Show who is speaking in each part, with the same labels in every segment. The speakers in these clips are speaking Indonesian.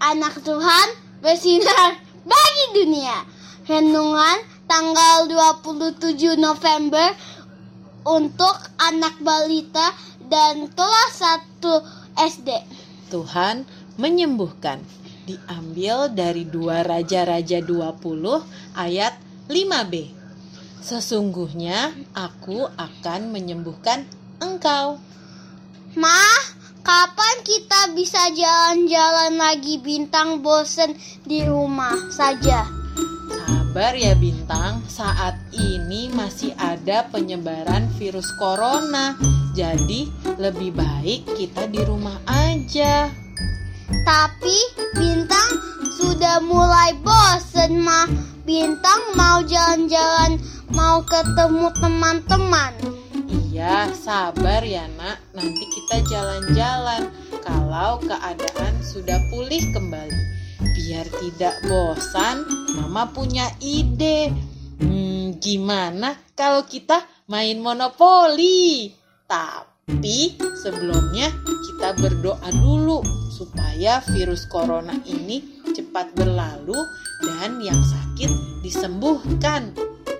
Speaker 1: Anak Tuhan bersinar bagi dunia. Renungan tanggal 27 November untuk anak balita dan kelas 1 SD.
Speaker 2: Tuhan menyembuhkan. Diambil dari 2 Raja-Raja 20 ayat 5b. Sesungguhnya aku akan menyembuhkan engkau.
Speaker 1: Ma, kapan kita bisa jalan-jalan lagi? Bintang bosen di rumah saja.
Speaker 2: Sabar ya Bintang, saat ini masih ada penyebaran virus corona. Jadi lebih baik kita di rumah aja.
Speaker 1: Tapi Bintang sudah mulai bosen, Ma. Bintang mau jalan-jalan, mau ketemu teman-teman.
Speaker 2: Iya, sabar ya nak, nanti kita jalan-jalan kalau keadaan sudah pulih kembali. Biar tidak bosan, Mama punya ide. Gimana kalau kita main monopoli? Tapi sebelumnya kita berdoa dulu supaya virus corona ini cepat berlalu dan yang sakit disembuhkan.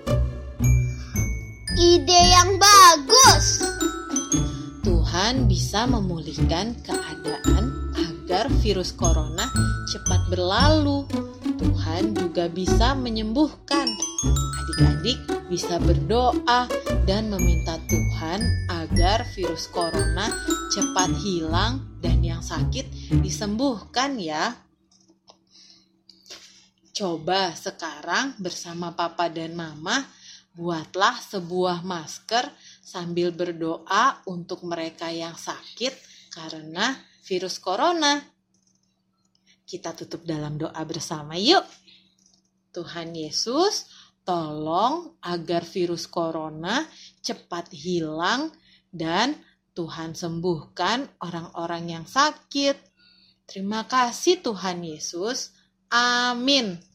Speaker 1: Ide yang bagus.
Speaker 2: Tuhan bisa memulihkan keadaan agar virus corona cepat berlalu. Tuhan juga bisa menyembuhkan. Adik-adik bisa berdoa dan meminta Tuhan agar virus corona cepat hilang dan yang sakit disembuhkan ya. Coba sekarang bersama Papa dan Mama buatlah sebuah masker sambil berdoa untuk mereka yang sakit karena virus corona. Kita tutup dalam doa bersama yuk. Tuhan Yesus, tolong agar virus corona cepat hilang dan Tuhan sembuhkan orang-orang yang sakit. Terima kasih Tuhan Yesus. Amin.